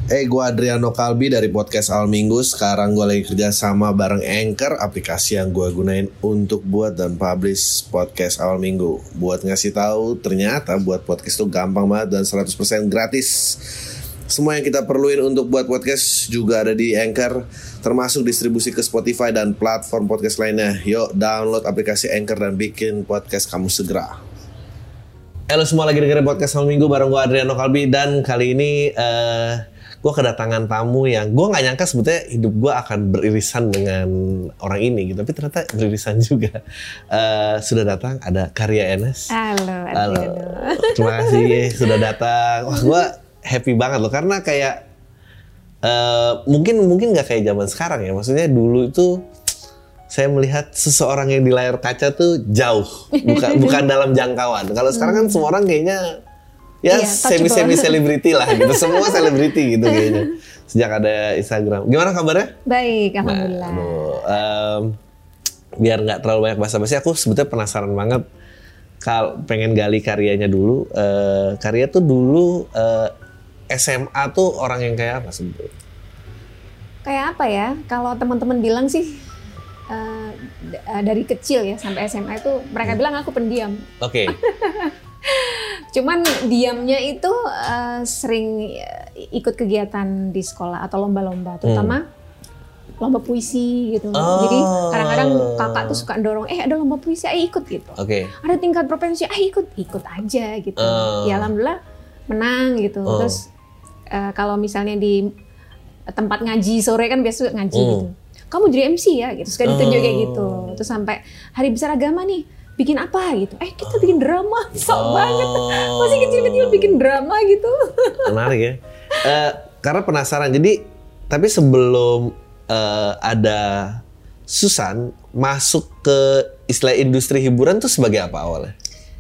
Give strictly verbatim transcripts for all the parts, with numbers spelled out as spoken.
Eh, gue Adriano Kalbi dari podcast Awal Minggu. Sekarang gue lagi kerja sama bareng Anchor, aplikasi yang gue gunain untuk buat dan publish podcast Awal Minggu. Buat ngasih tahu, ternyata buat podcast itu gampang banget dan seratus persen gratis. Semua yang kita perluin untuk buat podcast juga ada di Anchor, termasuk distribusi ke Spotify dan platform podcast lainnya. Yuk download aplikasi Anchor dan bikin podcast kamu segera. Halo semua, lagi dengerin podcast Awal Minggu bareng gue Adriano Kalbi. Dan kali ini uh, gue kedatangan tamu yang gue nggak nyangka sebetulnya hidup gue akan beririsan dengan orang ini gitu, tapi ternyata beririsan juga. Uh, sudah datang ada Karya Enes. Halo, Halo. Terima kasih sudah datang. Wah, gue happy banget loh karena kayak uh, mungkin mungkin nggak kayak zaman sekarang ya. Maksudnya dulu itu saya melihat seseorang yang di layar kaca tuh jauh, bukan bukan dalam jangkauan. Kalau sekarang kan semua orang kayaknya ya iya, semi-semi selebriti lah gitu. Semua selebriti gitu kayaknya. Sejak ada Instagram. Gimana kabarnya? Baik, alhamdulillah. Nah, aduh, um, biar nggak terlalu banyak basa-basi, aku sebetulnya penasaran banget kalau pengen gali karyanya dulu. Uh, Karya tuh dulu uh, S M A tuh orang yang kayak apa sebetulnya? Kayak apa ya? Kalau teman-teman bilang sih uh, dari kecil ya sampai S M A itu mereka hmm. bilang aku pendiam. Oke. Okay. Cuman diamnya itu uh, sering ikut kegiatan di sekolah atau lomba-lomba, terutama hmm. lomba puisi gitu. Oh. Jadi kadang-kadang kakak tuh suka dorong, eh ada lomba puisi, ayo ikut gitu. Okay. Ada tingkat provinsi, ayo ikut, ikut aja gitu. Uh. Ya alhamdulillah menang gitu. Uh. Terus uh, kalau misalnya di tempat ngaji sore kan biasa ngaji uh. gitu. Kamu jadi M C ya gitu, suka ditunjuk uh. kayak gitu. Terus sampai hari besar agama nih, bikin apa gitu? Eh kita bikin drama, sok oh. banget. Masih kecil-kecil bikin drama gitu. Menarik ya. Uh, karena penasaran. Jadi, tapi sebelum uh, ada Susan masuk ke istilah industri hiburan tuh sebagai apa awalnya?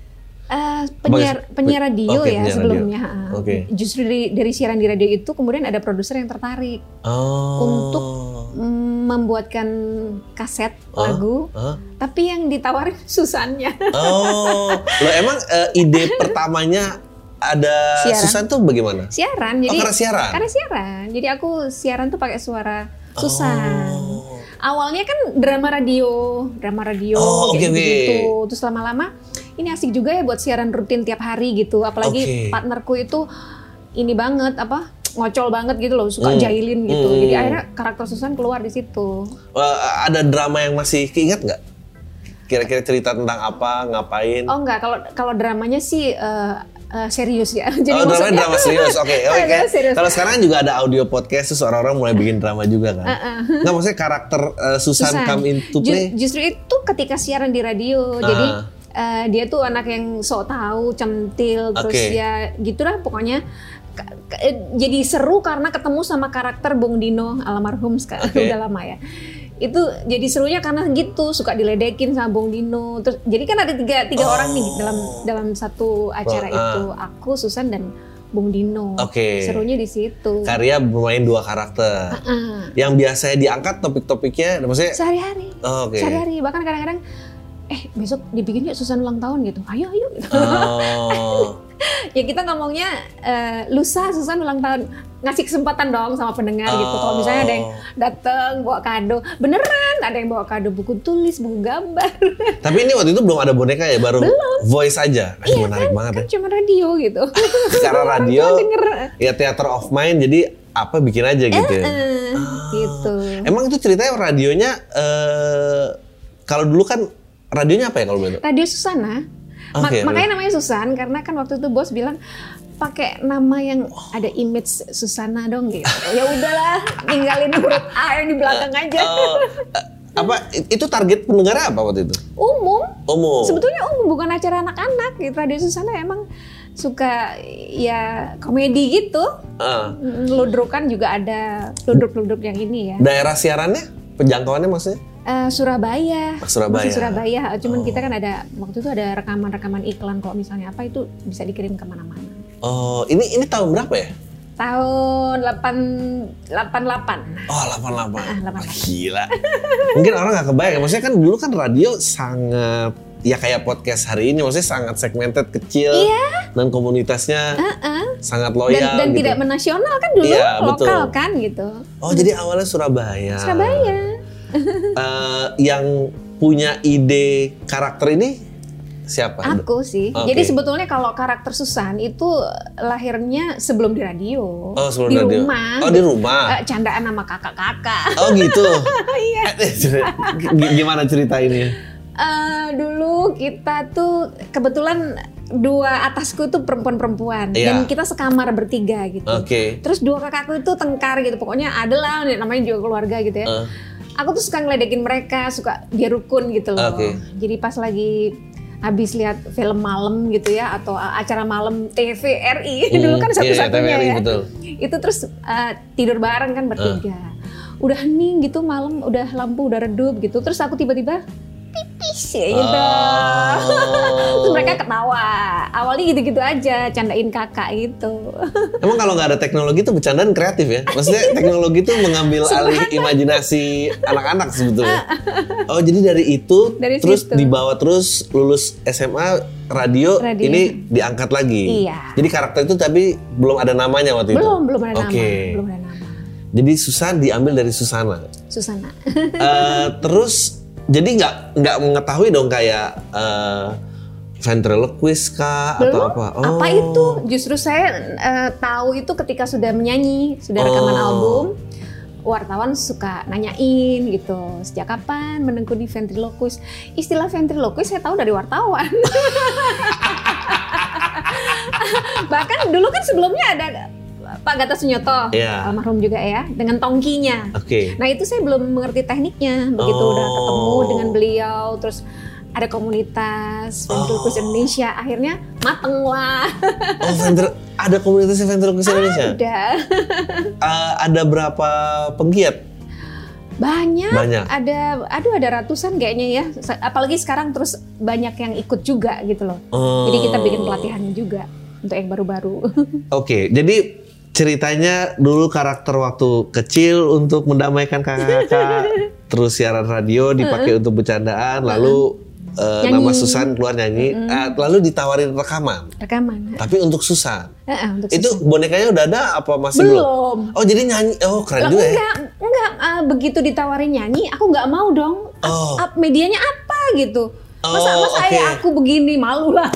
Uh, penyiar penyiar radio okay, ya penyiar sebelumnya. Radio. Okay. Justru dari, dari siaran di radio itu kemudian ada produser yang tertarik oh. untuk mm, membuatkan kaset uh, lagu, uh. tapi yang ditawarin Susannya. Oh, lo emang uh, ide pertamanya ada siaran. Susan tuh bagaimana? Siaran, jadi oh, karena siaran. Karena siaran, jadi aku siaran tuh pakai suara Susan. Oh. Awalnya kan drama radio, drama radio oh, kayak okay, gitu. Okay. Terus lama-lama ini asik juga ya buat siaran rutin tiap hari gitu. Apalagi okay. partnerku itu ini banget apa ngocol banget gitu loh, suka hmm. jahilin gitu. Hmm. Jadi akhirnya karakter Susan keluar di situ. Uh, ada drama yang masih keinget nggak? Kira-kira cerita tentang apa, ngapain? Oh enggak, kalau kalau dramanya sih uh, uh, serius ya. Jadi oh, maksudnya drama serius, oke. Okay. Okay. Kalau sekarang juga ada audio podcast, terus orang-orang mulai bikin drama juga kan? Uh-uh. Nggak, maksudnya karakter uh, Susan, Susan come into play? Justru itu ketika siaran di radio, uh. jadi uh, dia tuh anak yang sok tahu, centil, terus okay. ya gitulah pokoknya. Jadi seru karena ketemu sama karakter Bung Dino almarhum sekarang okay. udah lama ya. Itu jadi serunya karena gitu suka diledekin sama Bung Dino. Terus jadi kan ada tiga tiga oh. orang nih dalam dalam satu acara oh, uh. itu, aku, Susan dan Bung Dino. Oke. Okay. Serunya di situ. Karya bermain dua karakter. Uh-uh. Yang biasanya diangkat topik-topiknya, maksudnya sehari-hari. Oh, oke. Okay. Sehari-hari, bahkan kadang-kadang eh besok dibikin yuk Susan ulang tahun gitu. Ayo ayo. Gitu. Oh. Ya kita ngomongnya uh, lusa Susan ulang tahun, ngasih kesempatan dong sama pendengar oh. gitu. Kalau misalnya ada yang datang bawa kado, beneran ada yang bawa kado buku tulis, buku gambar. Tapi ini waktu itu belum ada boneka ya, baru belum. Voice aja. Iya, menarik kan, banget kan ya. Cuma radio gitu. Secara radio, ya theater of mind, jadi apa bikin aja gitu. Eh, ya. eh, ah. Gitu. Emang itu ceritanya radionya, uh, kalau dulu kan radionya apa ya kalau boleh? Radio Susana. Okay, Ma- makanya namanya Susan karena kan waktu itu bos bilang pakai nama yang ada image Susana dong gitu. Ya udahlah, tinggalin huruf A yang di belakang aja. Uh, uh, apa itu target pendengar apa waktu itu? Umum. Umum. Sebetulnya umum, bukan acara anak-anak gitu. Radio Susana emang suka ya komedi gitu. Uh. Ludrukan juga ada ludruk-ludruk yang ini ya. Daerah siarannya, penjangkauannya maksudnya? Uh, Surabaya, Surabaya. Masih Surabaya. Cuman oh. kita kan ada waktu itu ada rekaman-rekaman iklan kalau misalnya apa itu bisa dikirim kemana-mana. Oh, ini ini tahun berapa ya? Tahun delapan delapan. Oh, delapan delapan. Ah, delapan delapan. Oh, gila. Mungkin orang nggak kebayang. Maksudnya kan dulu kan radio sangat ya kayak podcast hari ini, maksudnya sangat segmented, kecil, iya. dan komunitasnya uh-uh. sangat loyal dan, dan gitu. tidak menasional kan dulu, iya, lokal betul. kan gitu. Oh jadi awalnya Surabaya. Surabaya. uh, yang punya ide karakter ini siapa? Aku sih. Okay. Jadi sebetulnya kalau karakter Susan itu lahirnya sebelum di radio. Oh, sebelum di radio. rumah. Oh, di rumah. Uh, candaan sama kakak-kakak. Oh, gitu. Iya. Gimana cerita ini? Uh, dulu kita tuh kebetulan dua atasku tuh perempuan-perempuan yeah. dan kita sekamar bertiga gitu. Oke. Okay. Terus dua kakakku itu tengkar gitu. Pokoknya adalah namanya juga keluarga gitu ya. Uh. Aku tuh suka ngeledekin mereka, suka biar rukun gitu loh. Okay. Jadi pas lagi habis lihat film malam gitu ya atau acara malam T V R I hmm, dulu kan satu-satunya iya, ya betul. Itu terus uh, tidur bareng kan bertiga uh. udah hening gitu malam, udah lampu udah redup gitu, terus aku tiba-tiba pipis ya gitu. Oh. Terus mereka ketawa. Awalnya gitu-gitu aja, candain kakak gitu. Emang kalau nggak ada teknologi tuh bercandaan kreatif ya? Maksudnya teknologi tuh mengambil alih imajinasi anak-anak sebetulnya. Oh jadi dari itu dari terus situ. Dibawa terus lulus S M A radio, radio ini diangkat lagi. Iya. Jadi karakter itu tapi belum ada namanya waktu belum, itu. Belum, belum ada okay. nama. Belum ada nama. Jadi Susan diambil dari Susana. Susana. uh, terus jadi nggak nggak mengetahui dong kayak uh, ventriloquist kah belum, atau apa? Oh. Apa itu? Justru saya uh, tahu itu ketika sudah menyanyi, sudah rekaman oh. album. Wartawan suka nanyain gitu, sejak kapan menekuni ventriloquist? Istilah ventriloquist saya tahu dari wartawan. Bahkan dulu kan sebelumnya ada Pak Gatot Sunyoto, yeah. almarhum juga ya, dengan tongkinya. Okay. Nah itu saya belum mengerti tekniknya. Begitu oh. udah ketemu dengan beliau, terus ada komunitas ventriloquist oh. Indonesia, akhirnya mateng lah. Oh, ventril- ada komunitas ventriloquist Indonesia? Ada. uh, ada berapa penggiat? Banyak. Banyak. Ada, aduh ada ratusan kayaknya ya. Apalagi sekarang terus banyak yang ikut juga gitu loh. Oh. Jadi kita bikin pelatihannya juga untuk yang baru-baru. Oke, okay, jadi ceritanya dulu karakter waktu kecil untuk mendamaikan kakak-kakak, terus siaran radio dipakai uh-uh. untuk bercandaan, uh-uh. lalu uh, nama Susan keluar nyanyi, uh-uh. uh, lalu ditawarin rekaman. Rekaman. Tapi untuk Susan. Uh-uh, untuk itu Susan. Bonekanya udah ada apa masih belum? belum? Oh jadi nyanyi, oh keren juga ya. Enggak, enggak. Uh, begitu ditawarin nyanyi, aku nggak mau dong. Oh. Up, medianya apa gitu? Masa oh, masa okay. aku begini malu lah.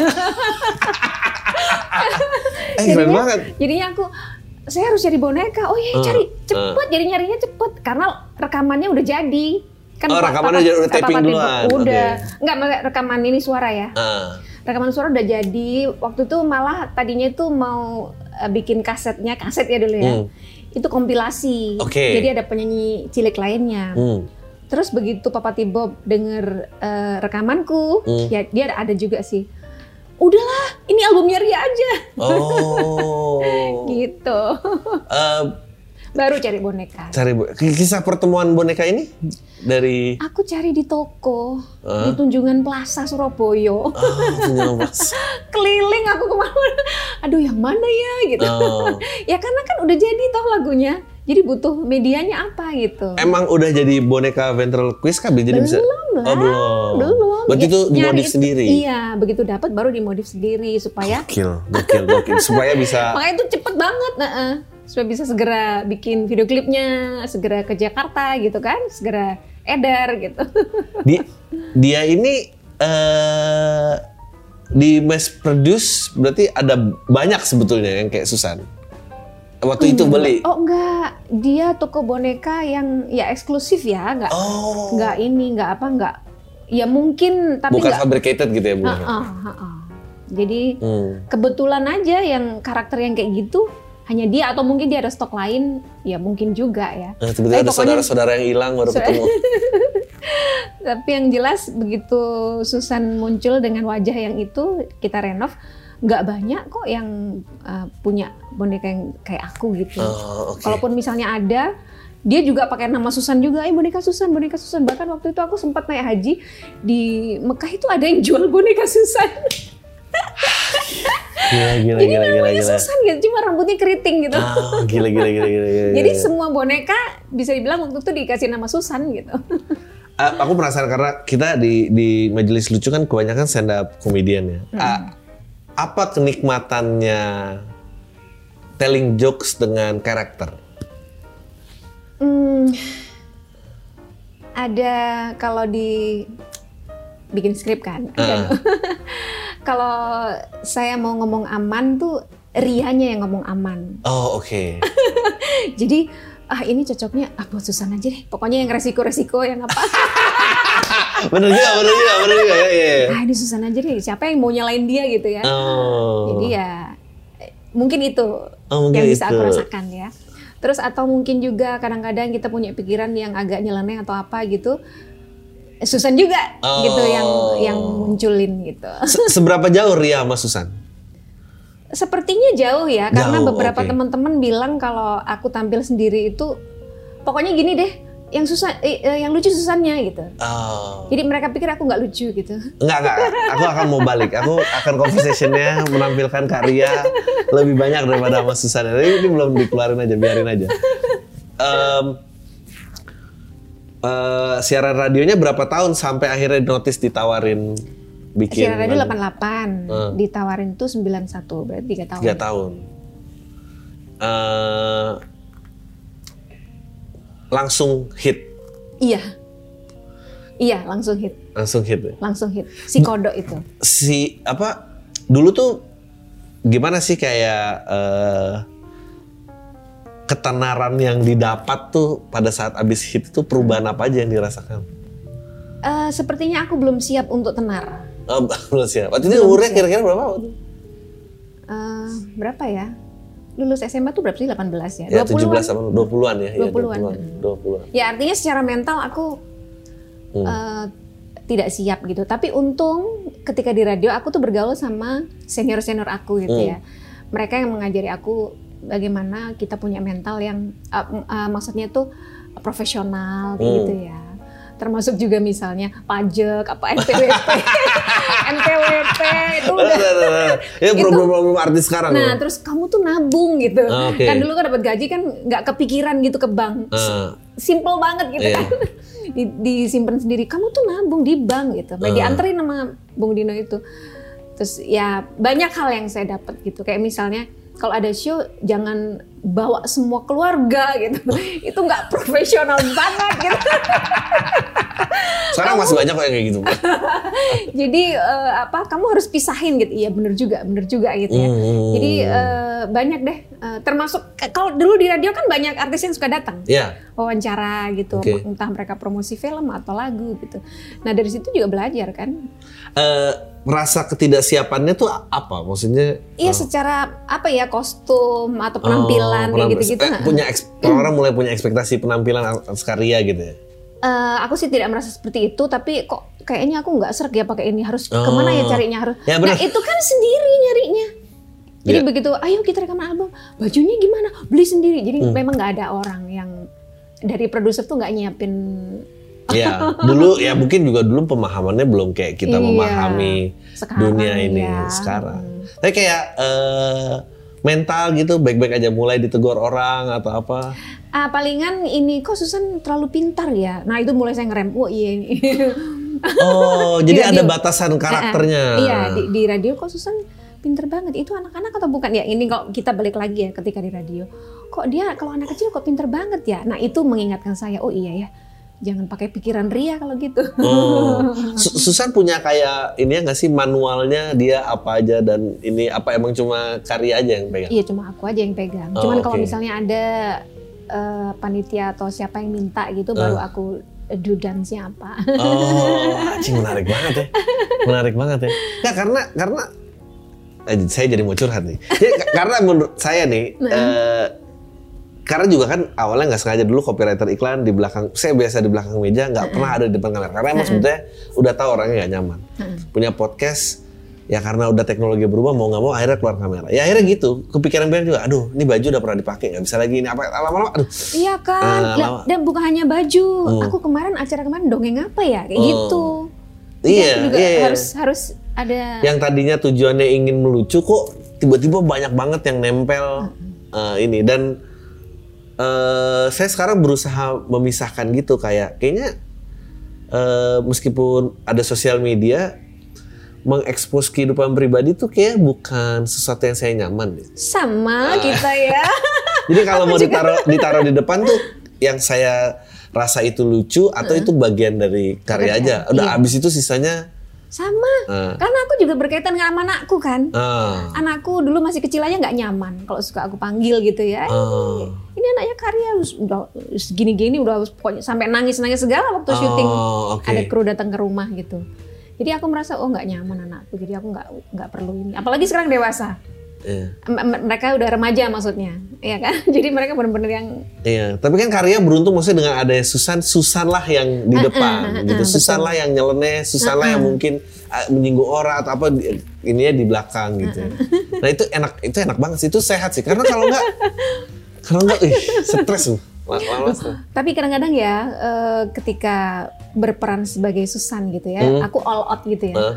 eh keren jadinya, banget. Jadinya aku saya harus cari boneka. Oh iya, uh, cari cepet. Uh. Jadi nyarinya cepet karena rekamannya udah jadi. Kan oh, rekamannya udah, udah taping duluan. Udah. Okay. Enggak, rekaman ini suara ya. Uh. Rekaman suara udah jadi. Waktu itu malah tadinya itu mau uh, bikin kasetnya, kaset ya dulu ya. Hmm. Itu kompilasi. Okay. Jadi ada penyanyi cilik lainnya. Hmm. Terus begitu Papa Tibob denger uh, rekamanku, hmm. ya dia ada juga sih. Udahlah, ini albumnya Ria aja. Oh. Gitu. Uh, Baru cari boneka. Cari bo- kisah pertemuan boneka ini dari? Aku cari di toko uh? di Tunjungan Plaza Surabaya. Oh, Tunjungan Plaza. Keliling aku kemana-mana. Aduh, yang mana ya gitu. Oh. Ya karena kan udah jadi toh lagunya. Jadi butuh medianya apa gitu. Emang udah jadi boneka ventriloquist kan? Jadi belum bisa? Lah, oh belum. Belum. Berarti itu dimodif itu, sendiri? Iya, begitu dapat baru dimodif sendiri supaya. Gokil, gokil, gokil. Supaya bisa. Makanya itu cepet banget, nah, supaya bisa segera bikin video klipnya, segera ke Jakarta gitu kan, segera edar gitu. Dia, dia ini uh, di mass produce berarti ada banyak sebetulnya yang kayak Susan. Waktu itu beli? Oh enggak, dia toko boneka yang ya eksklusif ya, enggak, oh. enggak ini, enggak apa, enggak, ya mungkin tapi bukan enggak, fabricated gitu ya bu? Uh, uh, uh, uh. Jadi hmm. kebetulan aja yang karakter yang kayak gitu hanya dia atau mungkin dia ada stok lain, ya mungkin juga ya. Nah, sebetulnya ada pokoknya, saudara-saudara yang hilang baru ketemu. Tapi yang jelas begitu Susan muncul dengan wajah yang itu kita renov. Nggak banyak kok yang uh, punya boneka yang kayak aku gitu. Oh, okay. Kalaupun misalnya ada, dia juga pakai nama Susan juga. Eh boneka Susan, boneka Susan. Bahkan waktu itu aku sempat naik haji di Mekah itu ada yang jual boneka Susan. Gila, gila, Jadi gila, namanya gila, Susan gitu, cuma rambutnya keriting gitu. Oh, gila, gila, gila, gila, gila. Jadi semua boneka bisa dibilang waktu itu dikasih nama Susan gitu. aku penasaran karena kita di di Majelis Lucu kan kebanyakan stand up comedian ya. Hmm. Uh, apa kenikmatannya telling jokes dengan karakter? Hmm, ada kalau di bikin skrip kan. Uh. Kalau saya mau ngomong aman tuh Rianya yang ngomong aman. Oh oke. Okay. Jadi ah ini cocoknya ah buat Susan aja deh. Pokoknya yang resiko-resiko yang apa. Bener juga, bener juga, bener juga ya. ya. Ah ini Susan aja deh. Siapa yang mau nyalain dia gitu ya. Oh. Jadi ya mungkin itu oh, mungkin yang bisa itu. Aku rasakan ya. Terus atau mungkin juga kadang-kadang kita punya pikiran yang agak nyeleneh atau apa gitu. Susan juga oh. gitu yang yang munculin gitu. Se- seberapa jauh Ria sama Susan? Sepertinya jauh ya, jauh, karena beberapa okay. teman-teman bilang kalau aku tampil sendiri itu pokoknya gini deh, yang susah, eh, yang lucu Susannya gitu. Oh. Jadi mereka pikir aku nggak lucu gitu. Enggak, enggak, aku akan mau balik. Aku akan conversationnya menampilkan Kak Ria lebih banyak daripada sama Susan. Ini, ini belum dikeluarin aja, biarin aja. Um, uh, siaran radionya berapa tahun sampai akhirnya notice ditawarin? Bikin siaran radio delapan puluh delapan, uh. ditawarin tuh sembilan puluh satu, berarti tiga tahun. tiga tahun. Uh, langsung hit. Iya. Iya, langsung hit. Langsung hit. Ya? Langsung hit. Si Kodok itu. Si apa? Dulu tuh gimana sih kayak uh, ketenaran yang didapat tuh pada saat abis hit itu perubahan apa aja yang dirasakan? Uh, sepertinya aku belum siap untuk tenar. Oh, belum siap. Waktu itu umurnya kira-kira berapa waktu? Uh, berapa ya? Lulus S M A tuh berapa sih? delapan belas ya? Ya, tujuh belas sama dua puluhan ya? dua puluhan. dua puluhan. Ya, artinya secara mental aku hmm. uh, tidak siap gitu. Tapi untung ketika di radio aku tuh bergaul sama senior-senior aku gitu hmm. ya. Mereka yang mengajari aku bagaimana kita punya mental yang uh, uh, maksudnya tuh profesional hmm. gitu ya. Termasuk juga misalnya pajak, apa N P W P, N P W P itu udah. Ya problem-problem artis sekarang. Nah, loh. Terus kamu tuh nabung gitu. Okay. Kan dulu kan dapat gaji kan nggak kepikiran gitu ke bank. Uh. Simple banget gitu yeah. kan. Di, disimpan sendiri. Kamu tuh nabung di bank gitu. Baik uh. dianterin sama Bung Dino itu. Terus ya banyak hal yang saya dapat gitu. Kayak misalnya kalau ada show jangan bawa semua keluarga gitu. Itu nggak profesional banget gitu. Sekarang masih banyak kok yang kayak gitu. Jadi uh, apa kamu harus pisahin gitu. Iya bener juga, bener juga gitu ya. Hmm. Jadi uh, banyak deh uh, termasuk kalau dulu di radio kan banyak artis yang suka datang. Yeah. Wawancara gitu, okay. entah mereka promosi film atau lagu gitu. Nah, dari situ juga belajar kan. Uh, rasa ketidaksiapannya tuh apa? Maksudnya? Iya, uh, secara apa ya kostum atau penampilan oh, kayak gitu-gitu. Eh, punya eks- orang mulai punya ekspektasi penampilan karya gitu ya. Uh, aku sih tidak merasa seperti itu, tapi kok kayaknya aku nggak sreg ya pakai ini, harus oh. kemana ya carinya harus. Ya, nah itu kan sendiri nyarinya. Jadi yeah. begitu, ayo kita rekaman album, bajunya gimana? Beli sendiri. Jadi hmm. memang nggak ada orang yang dari produser tuh nggak nyiapin. Ya, dulu ya mungkin juga dulu pemahamannya belum kayak kita iya, memahami sekarang, dunia ini ya. sekarang. Tapi kayak uh, mental gitu, baik-baik aja mulai ditegur orang atau apa? Ah, palingan ini kok Susan terlalu pintar ya. Nah itu mulai saya ngerem. Oh iya ini. Oh jadi ada batasan karakternya. Uh, uh, iya di, di radio kok Susan pintar banget. Itu anak-anak atau bukan ya? Ini kalau kita balik lagi ya ketika di radio. Kok dia kalau anak kecil kok pintar banget ya? Nah itu mengingatkan saya. Oh iya ya. Jangan pakai pikiran Ria kalau gitu. Oh. Susan punya kayak ini ya nggak sih manualnya dia apa aja dan ini apa emang cuma karya aja yang pegang? Iya cuma aku aja yang pegang. Oh, Cuman okay. kalau misalnya ada uh, panitia atau siapa yang minta gitu uh. baru aku do dance-nya apa. Oh, anjing menarik banget ya. Menarik banget ya. Nggak karena karena eh, saya jadi mau curhat nih. Ya, karena menurut saya nih. Nah. Uh, Karena juga kan awalnya nggak sengaja dulu copywriter iklan di belakang, saya biasa di belakang meja nggak uh-uh. pernah ada di depan kamera karena emang uh-uh. sebetulnya udah tahu orangnya nggak nyaman. Uh-uh. Punya podcast ya karena udah teknologi berubah mau nggak mau akhirnya keluar kamera. Ya akhirnya gitu, kepikiran banyak juga. Aduh, ini baju udah pernah dipakai nggak bisa lagi ini apa lama-lama. Aduh. Iya kan. Uh, lama. Dan bukan hanya baju. Hmm. Aku kemarin acara kemarin dongeng apa ya kayak hmm. gitu. Jadi iya. Juga iya. harus harus ada. Yang tadinya tujuannya ingin melucu kok tiba-tiba banyak banget yang nempel uh-uh. uh, ini dan Uh, saya sekarang berusaha memisahkan gitu kayak kayaknya uh, meskipun ada sosial media, mengekspos kehidupan pribadi tuh kayak bukan sesuatu yang saya nyaman. Sama uh. kita ya. Jadi kalau mau ditaruh ditaruh di depan tuh yang saya rasa itu lucu atau uh. itu bagian dari karya aja. Udah iya. Abis itu sisanya sama. Uh. Karena aku juga berkaitan dengan anakku kan. Uh. Anakku dulu masih kecil aja nggak nyaman kalau suka aku panggil gitu ya. Uh. Ini, ini anaknya karya udah gini-gini udah pokoknya sampai nangis-nangis segala waktu syuting. Uh, okay. Ada kru datang ke rumah gitu. Jadi aku merasa oh nggak nyaman anakku, jadi aku nggak nggak perlu ini. Apalagi sekarang dewasa, yeah. M- mereka udah remaja maksudnya, ya kan? Jadi mereka benar-benar yang. Iya, tapi kan karya beruntung maksudnya dengan ada Susan, Susan lah yang di depan, uh, uh, uh, gitu. Uh, Susan lah yang nyeleneh, Susan uh, uh. lah yang mungkin uh, menyinggung orang atau apa ini ya di belakang gitu. Uh, uh. Nah itu enak, itu enak banget sih, itu sehat sih. Karena kalau nggak, kalau nggak, ih, stres tuh. Tapi kadang-kadang ya uh, ketika berperan sebagai Susan gitu ya, hmm. aku all out gitu ya. Uh.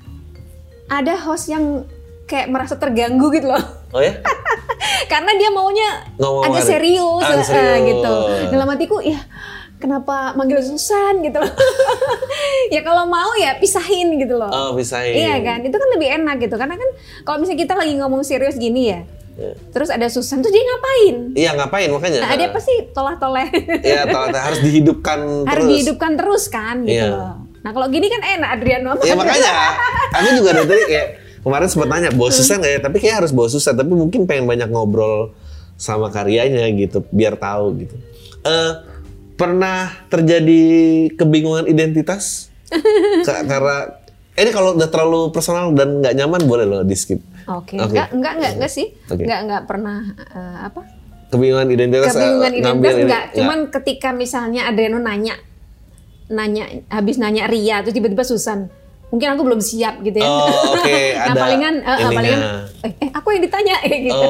Ada host yang kayak merasa terganggu gitu loh. Oh ya? Karena dia maunya ngomong agak serius, ah, serius. Uh, gitu. Dalam hatiku ya kenapa manggil Susan gitu loh. Ya kalau mau ya pisahin gitu loh. Oh pisahin. Iya kan, itu kan lebih enak gitu. Karena kan kalau misalnya kita lagi ngomong serius gini ya. Yeah. Terus ada Susan, terus dia ngapain? Iya ngapain makanya? Nah, dia pasti tolah-toleh. Iya tolah-toleh harus dihidupkan. Harus terus. dihidupkan terus kan gitu. Yeah. Loh. Nah kalau gini kan enak Adriano. Iya makanya. Aku juga dari tadi kayak kemarin sempat nanya bawa Susan nggak ya? Tapi kayak harus bawa Susan. Tapi mungkin pengen banyak ngobrol sama karyanya gitu, biar tahu gitu. Uh, pernah terjadi kebingungan identitas? Karena ini kalau udah terlalu personal dan nggak nyaman boleh loh di skip. Oke, okay. okay. enggak, enggak, enggak, enggak sih, okay. enggak, enggak pernah uh, apa? Kebingungan identitas. Kebingungan uh, identitas enggak, ini, cuman enggak. Ketika misalnya Adriano nanya, nanya, habis nanya Ria, terus tiba-tiba Susan, mungkin aku belum siap gitu ya. Oh, oke. Okay. Nah ada palingan, uh, palingan, eh, eh aku yang ditanya, eh gitu.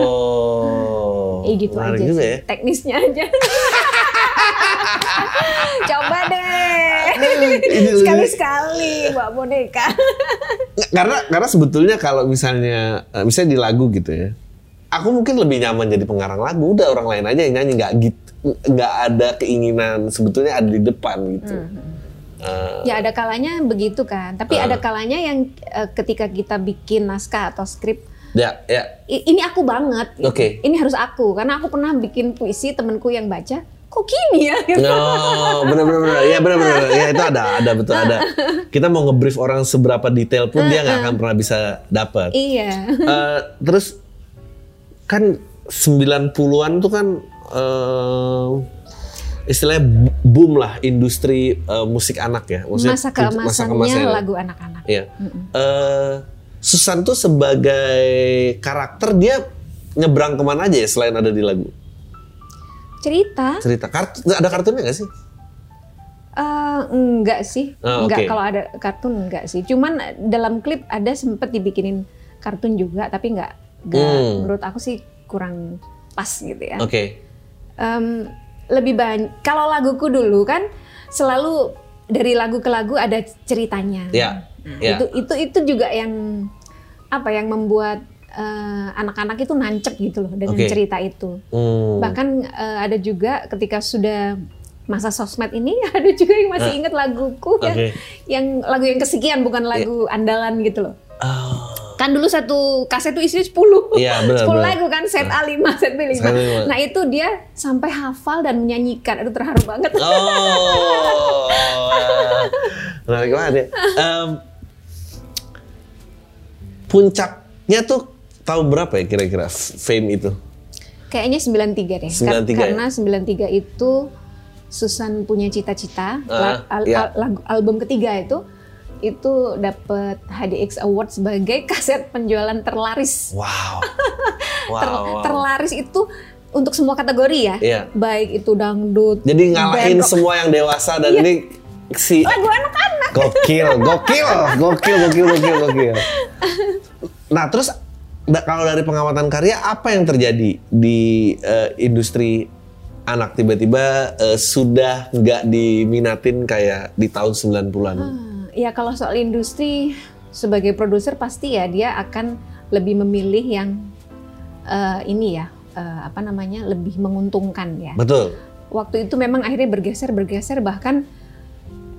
Oh. Eh gitu aja sih, ya? Teknisnya aja. Coba deh, sekali-sekali bawa boneka. karena karena sebetulnya kalau misalnya misalnya di lagu gitu ya, aku mungkin lebih nyaman jadi pengarang lagu. Udah orang lain aja yang nyanyi, nggak gitu, nggak ada keinginan sebetulnya ada di depan gitu. Mm-hmm. Uh, ya ada kalanya begitu kan, tapi uh, ada kalanya yang uh, ketika kita bikin naskah atau skrip. Ya, ya. Ini aku banget. Oke. Okay. Ini harus aku karena aku pernah bikin puisi temanku yang baca. Kok gini ya? No, benar-benar, ya benar-benar, ya itu ada, ada betul ada. Kita mau ngebrief orang seberapa detail pun dia nggak akan pernah bisa dapat. Iya. Uh, terus kan sembilan puluhan tuh kan uh, istilahnya boom lah industri uh, musik anak ya. Maksudnya, masa keemasannya lagu anak-anak. Iya. Uh, Susan tuh sebagai karakter dia nyebrang kemana aja ya selain ada di lagu? Cerita. Cerita. Kartun, ada kartunnya nggak sih? Uh, enggak sih. Oh, enggak, okay. Kalau ada kartun enggak sih. Cuman dalam klip ada sempet dibikinin kartun juga, tapi enggak. enggak hmm. Menurut aku sih kurang pas gitu ya. Oke. Okay. Um, lebih banyak. Kalau laguku dulu kan selalu dari lagu ke lagu ada ceritanya. Iya. Yeah. Nah, yeah. Itu itu itu juga yang apa yang membuat Uh, anak-anak itu nancep gitu loh dengan okay. cerita itu. Hmm. Bahkan uh, ada juga ketika sudah masa sosmed ini ada juga yang masih ingat laguku okay. yang, yang lagu yang kesekian bukan lagu yeah. andalan gitu loh. Oh. Kan dulu satu kaset itu isinya sepuluh. Yeah, bener, sepuluh bener. Lagu kan set A lima, set B lima. Nah itu dia sampai hafal dan menyanyikan. Itu terharu banget. Oh. Menarik banget ya. Um, puncaknya tuh tahun berapa ya kira-kira fame itu? Kayaknya sembilan tiga deh. sembilan tiga Karena ya? sembilan tiga itu Susan punya cita-cita. Uh, al- ya. al- album ketiga itu itu dapat H D X Award sebagai kaset penjualan terlaris. Wow. Wow, Ter- wow. Terlaris itu untuk semua kategori ya. Yeah. Baik itu dangdut. Jadi ngalahin semua yang dewasa dan yeah. ini si lagu anak-anak. Gokil, gokil, gokil, gokil, gokil, gokil. Nah, terus kalau dari pengamatan karya, apa yang terjadi di uh, industri anak tiba-tiba uh, sudah nggak diminatin kayak di tahun sembilan puluhan? Hmm, ya kalau soal industri, sebagai produser pasti ya dia akan lebih memilih yang uh, ini ya, uh, apa namanya, lebih menguntungkan ya. Betul. Waktu itu memang akhirnya bergeser-bergeser bahkan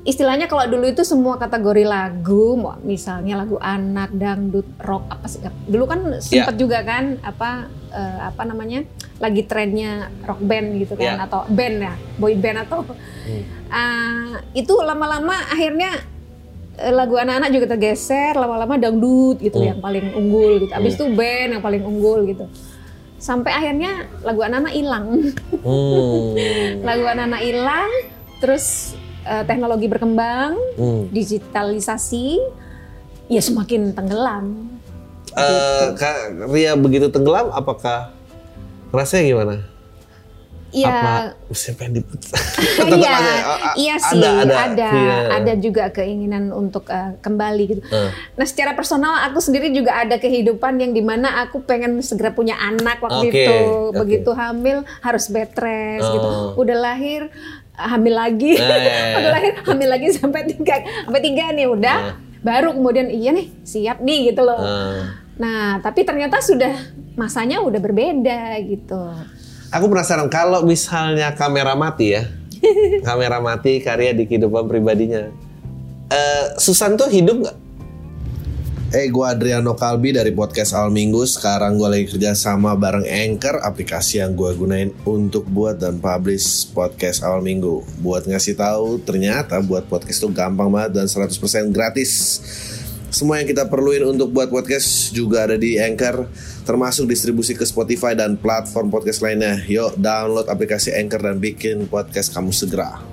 istilahnya kalau dulu itu semua kategori lagu, misalnya lagu anak, dangdut, rock apa sih? Dulu kan sempat yeah. juga kan apa uh, apa namanya lagi trennya rock band gitu kan yeah. atau band ya, boy band atau hmm. uh, itu lama-lama akhirnya uh, lagu anak-anak juga tergeser, lama-lama dangdut gitu hmm. yang paling unggul gitu. Abis hmm. itu band yang paling unggul gitu. Sampai akhirnya lagu anak-anak hilang. Hmm. Lagu anak-anak hilang, terus Uh, teknologi berkembang, hmm. digitalisasi, ya semakin tenggelam. Uh, gitu. Kak Ria begitu tenggelam, apakah rasanya gimana? Ya, apa siapa yang diputar? Iya, iya sih, ada, ada, ada, iya. ada juga keinginan untuk uh, kembali gitu. Uh. Nah, secara personal aku sendiri juga ada kehidupan yang dimana aku pengen segera punya anak waktu okay. itu. Begitu okay. hamil harus bed rest uh. gitu. Udah lahir hamil lagi, eh. udah lahir hamil lagi sampai tiga, sampai tiga nih udah. Uh. Baru kemudian iya nih siap nih gitu loh. Uh. Nah, tapi ternyata sudah masanya udah berbeda gitu. Aku penasaran kalau misalnya kamera mati ya, kamera mati karya di kehidupan pribadinya. Uh, Susan tuh hidup nggak? Eh, hey, gue Adriano Kalbi dari podcast Awal Minggu. Sekarang gue lagi kerja sama bareng Anchor, aplikasi yang gue gunain untuk buat dan publish podcast Awal Minggu. Buat ngasih tahu, ternyata buat podcast tuh gampang banget dan seratus persen gratis. Semua yang kita perluin untuk buat podcast juga ada di Anchor, termasuk distribusi ke Spotify dan platform podcast lainnya. Yuk download aplikasi Anchor dan bikin podcast kamu segera.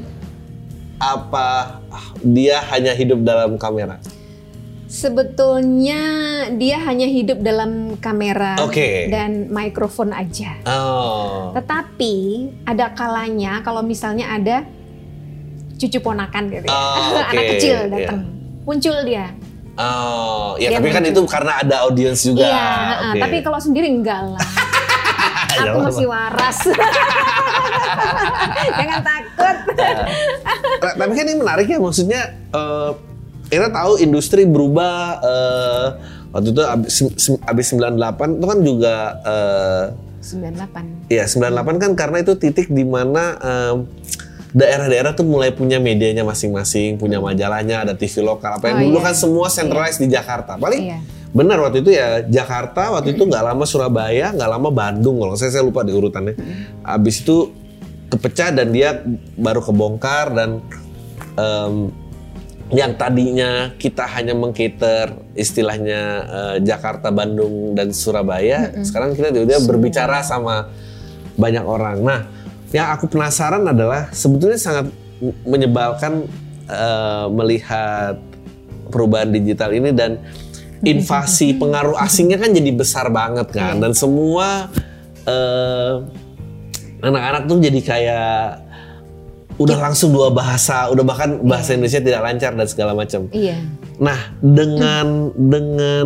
Apa dia hanya hidup dalam kamera? Sebetulnya dia hanya hidup dalam kamera okay. dan mikrofon aja. Oh. Tetapi ada kalanya kalau misalnya ada cucu ponakan gitu ya, oh, okay. anak kecil datang, yeah. muncul dia. Oh, ya dia tapi muncul. Kan itu karena ada audiens juga. Iya, okay. tapi kalau sendiri enggak lah. Aku masih waras. Jangan takut. Nah, tapi kan ini menarik ya, maksudnya uh, kita tahu industri berubah. Uh, waktu itu abis, abis sembilan puluh delapan itu kan juga. Uh, sembilan puluh delapan. Iya, sembilan puluh delapan kan karena itu titik di mana. Um, daerah-daerah tuh mulai punya medianya masing-masing, punya majalahnya, ada T V lokal. Apa yang oh, dulu iya. kan semua centralized iya. di Jakarta. Paling iya. benar waktu itu ya Jakarta, waktu itu nggak lama Surabaya, nggak lama Bandung kalau saya saya lupa di urutannya. Mm. Abis itu kepecah dan dia baru kebongkar dan um, yang tadinya kita hanya mengcater istilahnya uh, Jakarta, Bandung dan Surabaya, mm-hmm. sekarang kita dia berbicara sama banyak orang. Nah, yang aku penasaran adalah sebetulnya sangat menyebalkan uh, melihat perubahan digital ini dan invasi pengaruh asingnya kan jadi besar banget kan, dan semua uh, anak-anak tuh jadi kayak udah langsung dua bahasa, udah bahkan bahasa Indonesia tidak lancar dan segala macam. Iya. Nah, dengan dengan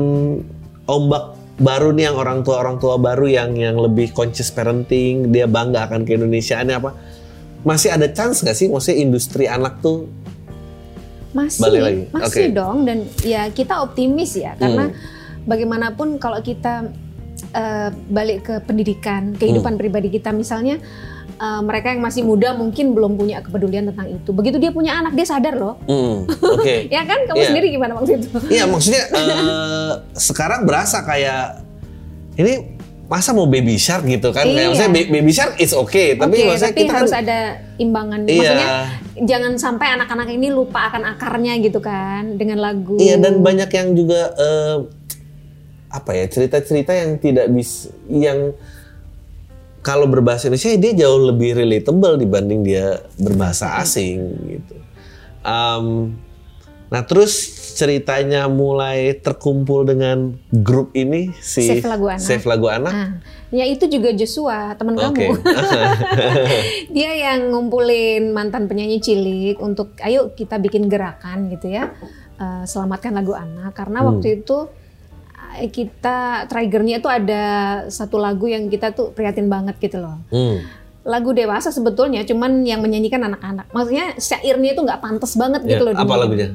ombak baru nih yang orang tua orang tua baru yang yang lebih conscious parenting, dia bangga akan keindonesiaannya apa? Masih ada chance nggak sih, maksudnya industri anak tuh masih balik lagi? Masih okay. dong, dan ya kita optimis ya karena hmm. bagaimanapun kalau kita uh, balik ke pendidikan, kehidupan hmm. pribadi kita misalnya. Uh, mereka yang masih muda mungkin belum punya kepedulian tentang itu. Begitu dia punya anak, dia sadar loh. Mm, Oke. Okay. Ya kan, kamu yeah. sendiri gimana waktu itu? Iya, yeah, maksudnya uh, sekarang berasa kayak ini masa mau baby shark gitu kan? Iya. Kayak maksudnya baby shark is okay, tapi okay, maksudnya tapi kita harus kan, ada imbangan. Iya. Maksudnya jangan sampai anak-anak ini lupa akan akarnya gitu kan dengan lagu. Iya, dan banyak yang juga uh, apa ya cerita-cerita yang tidak bisa yang kalau berbahasa Indonesia dia jauh lebih relatable dibanding dia berbahasa asing gitu. Um, nah terus ceritanya mulai terkumpul dengan grup ini si Save Lagu Anak. Save Lagu Anak. Ah, ya itu juga Joshua teman okay. kamu. Dia yang ngumpulin mantan penyanyi cilik untuk ayo kita bikin gerakan gitu ya, uh, selamatkan lagu anak karena hmm. waktu itu kita triggernya itu ada satu lagu yang kita tuh prihatin banget gitu loh. Hmm. Lagu dewasa sebetulnya, cuman yang menyanyikan anak-anak. Maksudnya syairnya itu nggak pantas banget ya, gitu loh. Apa lagunya?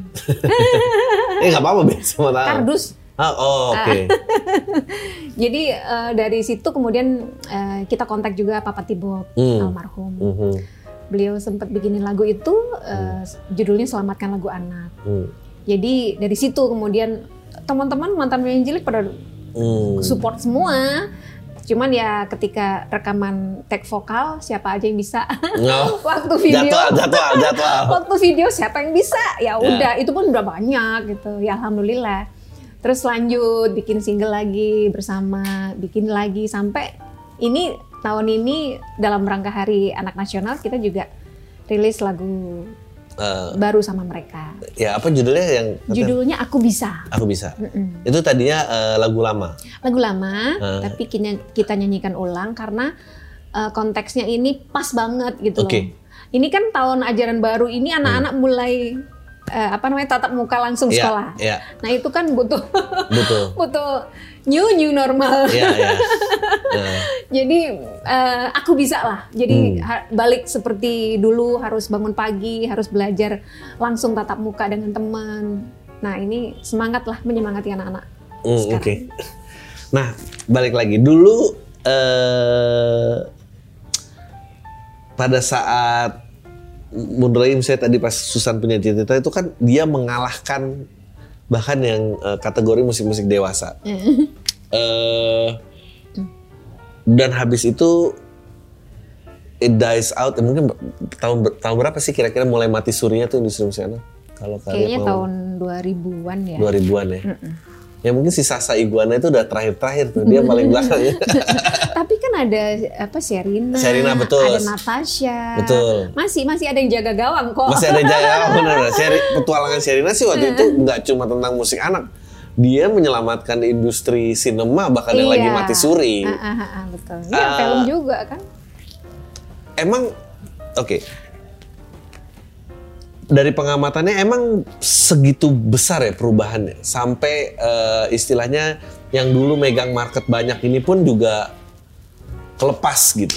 Eh nggak apa-apa biasa mana. Kardus. Ah, oh oke. Okay. Jadi uh, dari situ kemudian uh, kita kontak juga Papa Tibob, hmm. almarhum. Hmm. beliau sempat bikinin lagu itu uh, judulnya Selamatkan Lagu Anak. Hmm. Jadi dari situ kemudian teman-teman mantan penyanyi cilik pada hmm. support semua. Cuman ya ketika rekaman take vokal siapa aja yang bisa. No. Waktu video jadwal, jadwal, jadwal. Waktu video siapa yang bisa? Ya udah, yeah. Itu pun udah banyak gitu. Ya alhamdulillah. Terus lanjut bikin single lagi bersama, bikin lagi sampai ini tahun ini dalam rangka Hari Anak Nasional kita juga rilis lagu uh, baru sama mereka. Ya apa judulnya yang? Judulnya Aku Bisa. Aku Bisa. Mm-mm. Itu tadinya uh, lagu lama. Lagu lama, uh. tapi kita, kita nyanyikan ulang karena uh, konteksnya ini pas banget gitu okay. loh. Ini kan tahun ajaran baru ini anak-anak hmm. mulai uh, apa namanya tatap muka langsung yeah, sekolah. Yeah. Nah itu kan butuh butuh butuh new new normal. Yeah, yeah. uh. Jadi uh, aku bisa lah. Jadi hmm. ha- balik seperti dulu harus bangun pagi, harus belajar langsung tatap muka dengan teman. Nah ini semangat lah menyemangati anak-anak. Hmm, Oke. Okay. Nah balik lagi dulu uh, pada saat Mundraim saya tadi pas Susan punya cerita itu kan dia mengalahkan bahkan yang uh, kategori musik-musik dewasa. Mm. uh, dan habis itu It Dies Out, eh, mungkin tahun tahun berapa sih kira-kira mulai mati surinya tuh industri musik anak? Kalau kayaknya tahun dua ribuan ya. dua ribuan ya. Mm-mm. Ya mungkin si Sasa Iguana itu udah terakhir-terakhir tuh, dia paling belakangnya. Tapi kan ada apa Sherina, Sherina betul. Ada Natasha. Betul. Masih masih ada yang jaga gawang kok. Masih ada yang jaga gawang benar. Seri, petualangan Sherina sih waktu itu nggak cuma tentang musik anak. Dia menyelamatkan industri sinema bahkan iya. yang lagi mati suri. Ah, ah, ah, betul. Ya uh, film juga kan. Emang oke. Okay. Dari pengamatannya emang segitu besar ya perubahannya sampai uh, istilahnya yang dulu megang market banyak ini pun juga kelepas gitu.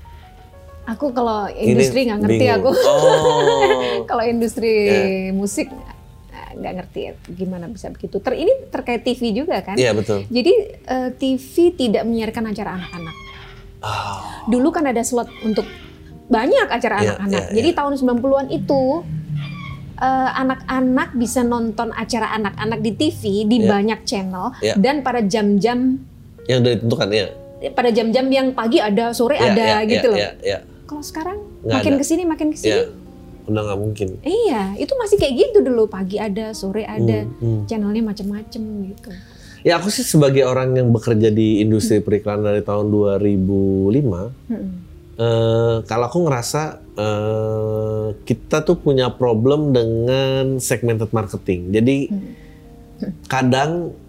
Aku kalau industri nggak ngerti bingung. aku. Oh. Kalau industri yeah. musik nggak ngerti ya, gimana bisa begitu. Ter ini terkait T V juga kan? Iya yeah, betul. Jadi uh, T V tidak menyiarkan acara anak-anak. Oh. Dulu kan ada slot untuk banyak acara yeah, anak-anak. Yeah, Jadi yeah. tahun sembilan puluhan itu Uh, anak-anak bisa nonton acara anak-anak di T V di yeah. banyak channel yeah. dan pada jam-jam yang udah ditentukan ya. Pada jam-jam yang pagi ada, sore yeah, ada yeah, gitu yeah, loh. Yeah, yeah. Kalau sekarang nggak makin ada. kesini makin kesini. Yeah. Udah nggak mungkin. Iya, itu masih kayak gitu dulu, pagi ada, sore ada, hmm, hmm. channelnya macam-macam gitu. Ya aku sih sebagai orang yang bekerja di industri periklanan dari tahun dua ribu lima. Hmm. Uh, kalau aku ngerasa uh, kita tuh punya problem dengan segmented marketing. Jadi hmm. kadang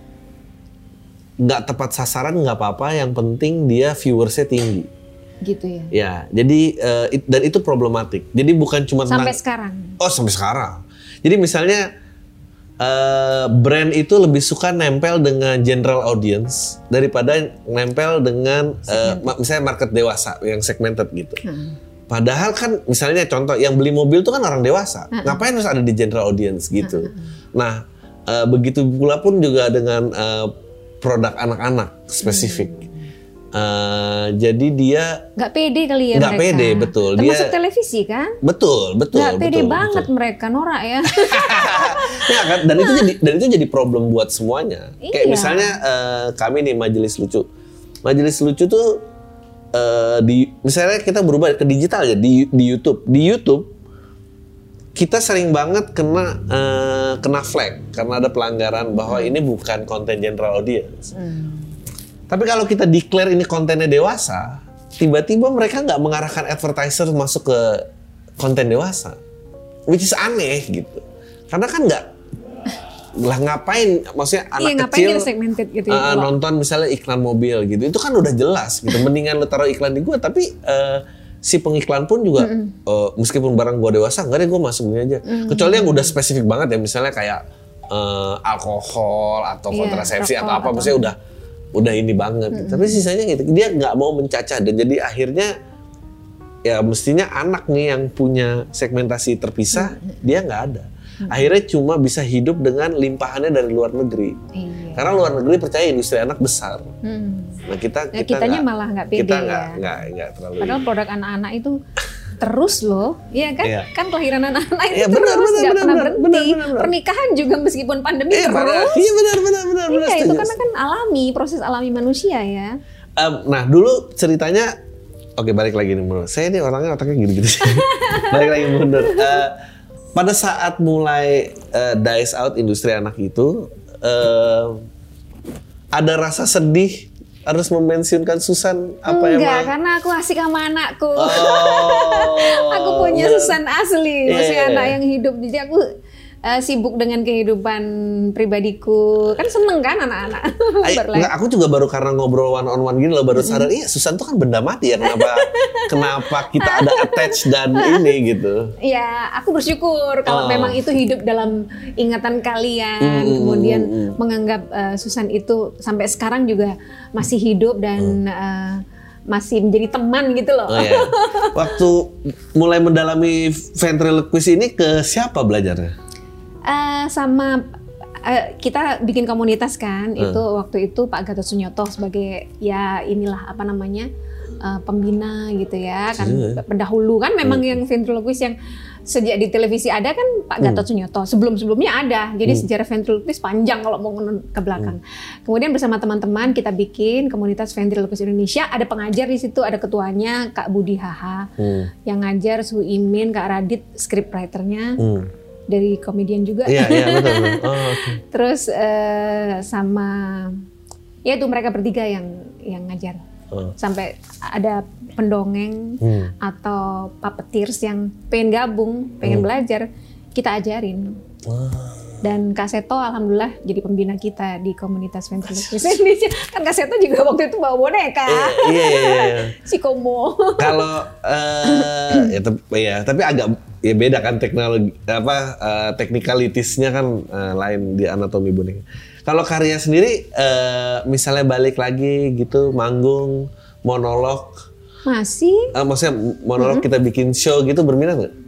nggak tepat sasaran nggak apa-apa, yang penting dia viewersnya tinggi. Gitu ya. Ya, jadi uh, it, dan itu problematik. Jadi bukan cuma sampai tentang, sekarang. Oh sampai sekarang. Jadi misalnya Uh, brand itu lebih suka nempel dengan general audience daripada nempel dengan uh, misalnya market dewasa yang segmented gitu. Hmm. Padahal kan misalnya contoh yang beli mobil itu kan orang dewasa. Hmm. Ngapain harus ada di general audience gitu. Hmm. Nah, uh, begitu pula pun juga dengan uh, produk anak-anak spesifik. Hmm. Uh, jadi dia nggak pede kali ya nggak mereka. pede betul. Termasuk dia, televisi kan? Betul betul. Nggak pede betul, banget betul. mereka norak ya. Ya kan, dan itu jadi dan itu jadi problem buat semuanya. Iya. Kayak misalnya uh, kami nih Majelis Lucu, Majelis Lucu tuh uh, di misalnya kita berubah ke digital ya di di YouTube, di YouTube kita sering banget kena uh, kena flag karena ada pelanggaran bahwa hmm. ini bukan konten general audience. Hmm. Tapi kalau kita declare ini kontennya dewasa, tiba-tiba mereka nggak mengarahkan advertiser masuk ke konten dewasa, which is aneh gitu. Karena kan nggak, lah ngapain, maksudnya anak iya, kecil segmented gitu, uh, nonton misalnya iklan mobil gitu, itu kan udah jelas gitu. Mendingan lu taruh iklan di gua, tapi uh, si pengiklan pun juga, mm-hmm. uh, meskipun barang gua dewasa, enggak deh gua masuk ini aja. Mm-hmm. Kecuali yang udah spesifik banget ya, misalnya kayak uh, alkohol atau yeah, kontrasepsi atau apa, atau maksudnya udah udah ini banget. Mm-hmm. Tapi sisanya gitu, dia nggak mau mencacah dan jadi akhirnya ya mestinya anak nih yang punya segmentasi terpisah, mm-hmm. dia nggak ada. Mm-hmm. Akhirnya cuma bisa hidup dengan limpahannya dari luar negeri. Iya. Karena luar negeri percaya industri anak besar. Hmm. Nah kita, ya, kita kitanya gak, malah nggak pede kita ya. Kita nggak nggak terlalu. Padahal produk anak-anak itu terus loh, iya kan? Iya. Kan kelahiran anak-anak itu ya, benar, terus benar, nggak benar, pernah benar, berhenti. benar, benar, benar. Pernikahan juga meskipun pandemi iya, terus. Iya benar benar benar benar. Iya itu karena kan alami, proses alami manusia ya. Um, nah dulu ceritanya, oke balik lagi nih mundur. Saya ini orangnya otaknya gitu-gitu. Balik lagi mundur. Uh, pada saat mulai uh, dies out industri anak itu, uh, ada rasa sedih harus mempensiunkan Susan apa ya? Enggak, emang? Karena aku asik sama anakku. Oh, aku punya bener. Susan asli, masih yeah. anak yang hidup. Jadi aku uh, sibuk dengan kehidupan pribadiku. Kan seneng kan anak-anak. Enggak, aku juga baru karena ngobrol one on one gini loh baru sadar, iya Susan tuh kan benda mati ya, kenapa kenapa kita ada attach dan ini gitu. Ya, aku bersyukur kalau oh. memang itu hidup dalam ingatan kalian, mm, kemudian mm, menganggap uh, Susan itu sampai sekarang juga masih hidup dan mm. uh, masih menjadi teman gitu loh. Oh, iya. Waktu mulai mendalami ventriloquist ini ke siapa belajarnya? Uh, sama uh, kita bikin komunitas kan, hmm. itu waktu itu Pak Gatot Sunyoto sebagai ya inilah apa namanya uh, pembina gitu ya kan, yeah. pendahulu kan memang hmm. yang ventriloquist yang sejak di televisi ada kan Pak Gatot hmm. Sunyoto, sebelum-sebelumnya ada, jadi hmm. sejarah ventriloquist panjang kalau mau ke belakang. Hmm. Kemudian bersama teman-teman kita bikin komunitas ventriloquist Indonesia, ada pengajar di situ, ada ketuanya Kak Budi Haha, hmm. yang ngajar Su Imin, Kak Radit scriptwriternya. Hmm. Dari komedian juga. Iya, iya betul. Oh, okay. Terus uh, sama ya itu mereka bertiga yang yang ngajar. Oh. Sampai ada pendongeng hmm. atau puppeteers yang pengen gabung, pengen hmm. belajar, kita ajarin. Wow. Dan Kak Seto alhamdulillah jadi pembina kita di komunitas ventriloquist Indonesia. Kan Kak Seto juga waktu itu bawa boneka. Iya, iya, iya. Si Komo. Kalau uh, ya, ya tapi agak ya beda kan teknologi apa uh, teknikalitisnya kan uh, lain di anatomi boneka. Kalau karya sendiri uh, misalnya balik lagi gitu manggung monolog masih uh, maksudnya monolog mm-hmm. kita bikin show gitu berminat nggak?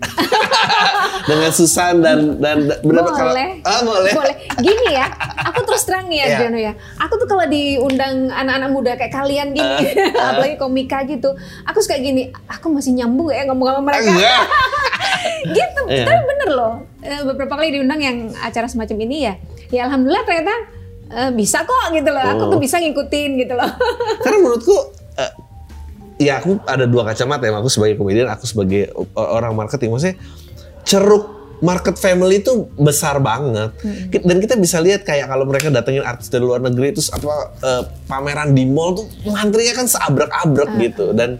Dengan Susan dan dan benar boleh. Kalau, ah, boleh. Boleh. Gini ya, aku terus terang nih ya, yeah. Jono ya. Aku tuh kalau diundang anak-anak muda kayak kalian gini, uh, uh. apalagi komika gitu, aku suka gini, aku masih nyambung ya ngomong sama mereka. Uh, gitu, yeah. Tapi bener loh. Beberapa kali diundang yang acara semacam ini ya, ya alhamdulillah ternyata uh, bisa kok gitu loh. Aku tuh bisa ngikutin gitu loh. Karena menurutku, uh, ya aku ada dua kacamata ya. Aku sebagai komedian, aku sebagai orang marketing, maksudnya ceruk market family itu besar banget. Hmm. Dan kita bisa lihat kayak kalau mereka datengin artis dari luar negeri terus apa uh, pameran di mall tuh ngantrinya kan seabrek-abrek hmm. gitu. Dan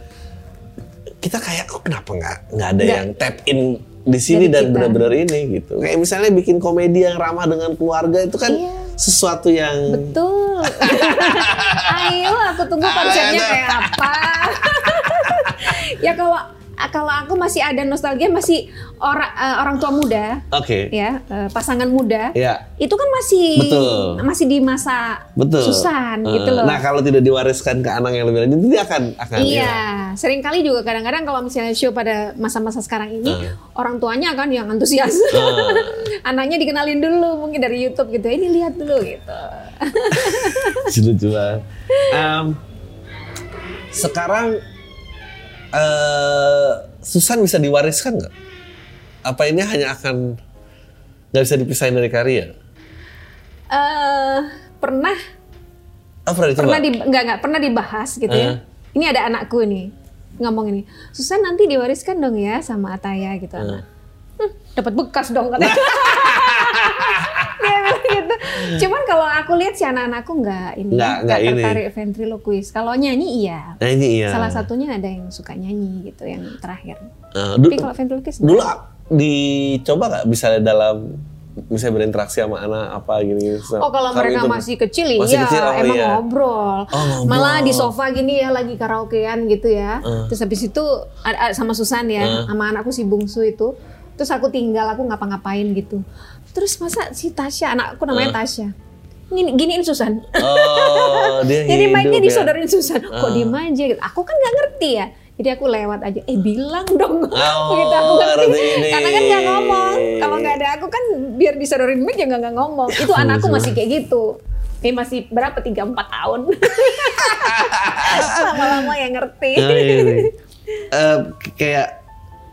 kita kayak kok kenapa nggak nggak ada gak. yang tap in di sini dan benar-benar ini gitu. Kayak misalnya bikin komedi yang ramah dengan keluarga itu kan iya. sesuatu yang betul. Ayo aku tunggu konsepnya kayak apa. Ya kalau kalau aku masih ada nostalgia masih orang uh, orang tua muda, okay. ya uh, pasangan muda, yeah. itu kan masih betul. masih di masa betul. Susan uh, gitu loh. Nah kalau tidak diwariskan ke anak yang lebih lanjut dia akan akan. Iya, ya. Seringkali juga kadang-kadang kalau misalnya show pada masa-masa sekarang ini uh. orang tuanya kan yang antusias, uh. anaknya dikenalin dulu mungkin dari YouTube gitu, ini lihat dulu gitu. Lucu banget. Um, sekarang Uh, Susan bisa diwariskan nggak? Apa ini hanya akan nggak bisa dipisahin dari karya? Uh, pernah. Oh, pernah pernah di, nggak nggak pernah dibahas gitu uh. ya. Ini ada anakku nih ngomong ini. Susan nanti diwariskan dong ya sama Ataya gitu. Uh. Hmm, dapat bekas dong katanya. Dia bilang gitu. Cuman kalau aku lihat si anak-anakku nggak ini nggak, nggak tertarik ventriloquist. Kalau nyanyi iya. Nyanyi iya. Salah satunya ada yang suka nyanyi gitu yang terakhir. Uh, Tapi kalau ventriloquist dulu enggak. Dicoba nggak misalnya dalam misalnya berinteraksi sama anak apa gini. Oh kalau mereka masih kecil masih iya kecil, oh, emang iya. ngobrol. Oh, ngobrol. Malah di sofa gini ya lagi karaokean gitu ya. Uh. Terus habis itu sama Susan ya, uh. sama anakku si bungsu itu. Terus aku tinggal, aku ngapa-ngapain gitu. Terus masa si Tasya, anakku namanya uh. Tasya, gini, giniin Susan. Oh, dia jadi mic-nya disodorin ya? Susan. Kok uh. diem aja gitu. Aku kan nggak ngerti ya. Jadi aku lewat aja, eh bilang dong. Oh, gitu aku ngerti. Karena kan nggak ngomong. Kalau nggak ada aku kan biar disodorin mic ya nggak ngomong. Itu anakku masih kayak gitu. Ini masih berapa, tiga empat tahun. Lama-lama yang ngerti. Oh, iya, iya. uh, kayak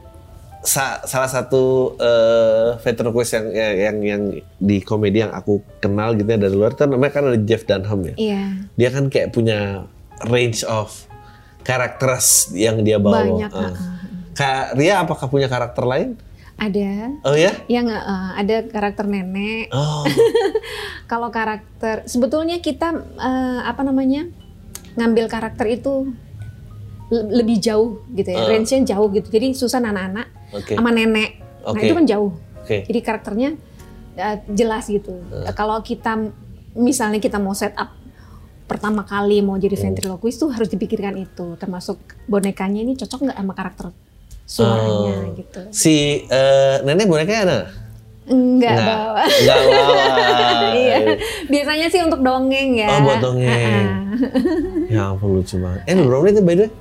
sa- salah satu uh, ventriloquist yang, yang yang di komedi yang aku kenal gitu ya dari luar itu namanya kan ada Jeff Dunham ya. Iya. Dia kan kayak punya range of characters yang dia bawa. Banyak. Uh. Kak Ria apakah punya karakter lain? Ada. Oh ya? Yang uh, ada karakter nenek. Oh. Kalau karakter sebetulnya kita uh, apa namanya ngambil karakter itu le- lebih jauh gitu ya, uh. range-nya jauh gitu. Jadi Susan anak-anak okay. sama nenek, okay. Nah itu kan jauh. Okay. Jadi karakternya uh, jelas gitu. Uh. Kalau kita misalnya kita mau set up pertama kali mau jadi ventriloquist tuh harus dipikirkan itu, termasuk bonekanya ini cocok nggak sama karakter suaranya uh. gitu. Si uh, nenek bonekanya ada? Enggak bawa. Enggak bawa. Iya. Biasanya sih untuk dongeng ya. Oh, buat dongeng. Ya ampun lucu banget. Eh, berapa menit by the way?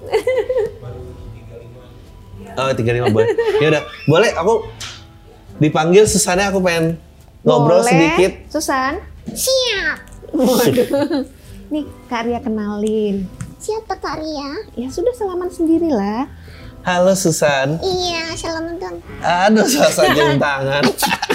Oh, tiga puluh lima boleh. Ya udah, boleh aku dipanggil Susannya, aku pengen ngobrol boleh. Sedikit. Susan? Siap. Waduh. Nih, Kak Ria kenalin. Siapa Kak Ria? Ya sudah, salaman sendirilah. Halo Susan. Iya, salaman dong. Aduh, sasa cium tangan.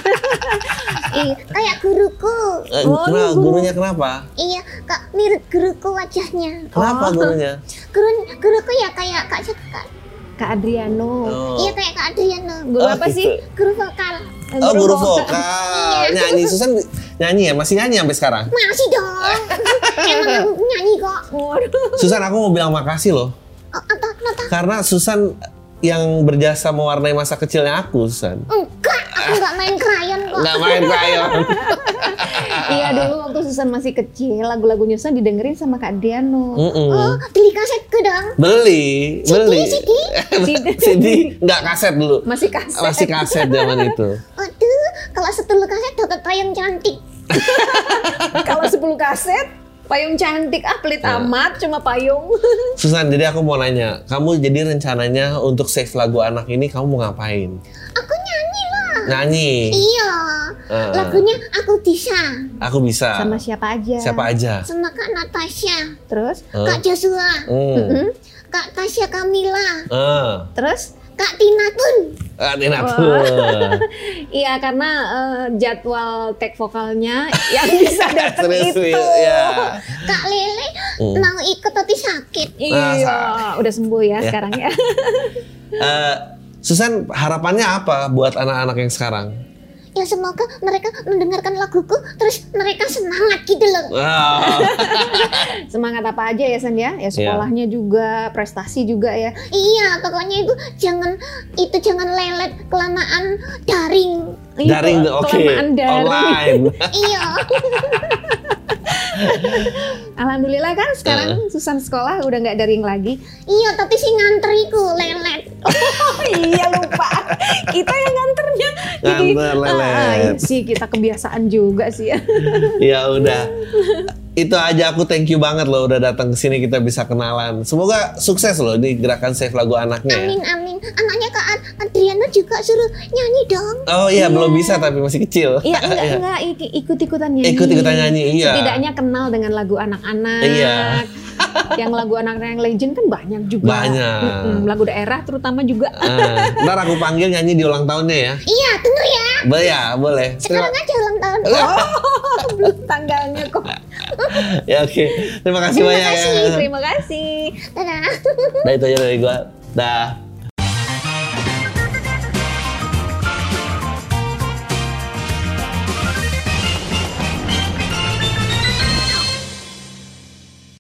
Iya, kayak guruku. Eh, oh, kenapa? Guru. Gurunya kenapa? Iya, Kak, mirip guruku wajahnya. Kenapa oh. gurunya? Guru, guruku ya kayak Kak Kak, Kak Adriano. Oh. Iya, kayak Kak Adriano. Guru oh, apa gitu. Sih? Guru vokal. Oh, guru vokal. Iya. Nyanyi, Susan nyanyi ya? Masih nyanyi sampai sekarang? Masih dong. Emang nyanyi kok. Susan, aku mau bilang makasih loh. Oh, apa, kenapa? Karena Susan yang berjasa mewarnai masa kecilnya aku, Susan. Enggak, aku nggak main krayon kok. Nggak main krayon. Iya, dulu waktu Susan masih kecil, lagu-lagunya Susan didengerin sama Kak Diano. Mm-mm. Oh, beli kasetku dong. Beli, C D, beli. C D? C D, nggak kaset dulu. Masih kaset. Masih kaset zaman itu. Aduh, kalau sepuluh kaset dapat payung cantik. Kalau sepuluh kaset, payung cantik, ah pelit nah. amat cuma payung. Susan, jadi aku mau nanya, kamu jadi rencananya untuk save lagu anak ini kamu mau ngapain? Aku nyanyi lah. Nyanyi? Iya, uh, lagunya Aku Bisa. Aku Bisa. Sama siapa aja? Siapa aja? Sama Kak Natasha. Terus? Uh. Kak Joshua. Mm. Mm-hmm. Kak Tasya Kamila. Uh. Terus? Kak Tina Tun. Kak Tina Tun. Iya, karena uh, jadwal take vokalnya yang bisa datang itu. Ya. Kak Lele mm. mau ikut tapi sakit. Iya, udah sembuh ya, ya. sekarang ya. uh, Susan, harapannya apa buat anak-anak yang sekarang? Ya semoga mereka mendengarkan laguku terus mereka semangat gitu loh. Wow. Semangat apa aja ya San ya? Ya sekolahnya yeah. juga, prestasi juga ya. Iya, pokoknya itu jangan itu jangan lelet kelamaan daring. Daring, oke. Okay. Online. Iya. Alhamdulillah kan sekarang uh. Susan sekolah udah nggak daring lagi. Iya, tapi si nganteriku lelet. Oh iya, lupa. Kita yang nganternya. Jadi uh, sih kita kebiasaan juga sih ya. Ya udah. Itu aja, aku thank you banget loh udah datang ke sini, kita bisa kenalan. Semoga sukses loh di gerakan Save Lagu Anaknya. Amin amin. Anaknya Kak Adriano juga suruh nyanyi dong. Oh iya, yeah. belum bisa tapi masih kecil. Iya, enggak enggak ikut-ikutan nyanyi. Ikut-ikutan nyanyi, iya. Setidaknya kenal dengan lagu anak-anak. Iya. Yang lagu anak-anak yang legend kan banyak juga. Banyak. Mm-mm, lagu daerah terutama juga. Uh, ntar aku panggil nyanyi di ulang tahunnya ya. Iya, tunggu ya. Boleh ya, boleh. Sekarang aja ulang tahun. Oh, belum tanggalnya kok. Ya oke, okay. Terima kasih terima banyak kasih, ya. Terima kasih. Dadah. Nah itu aja dari gua. Dah.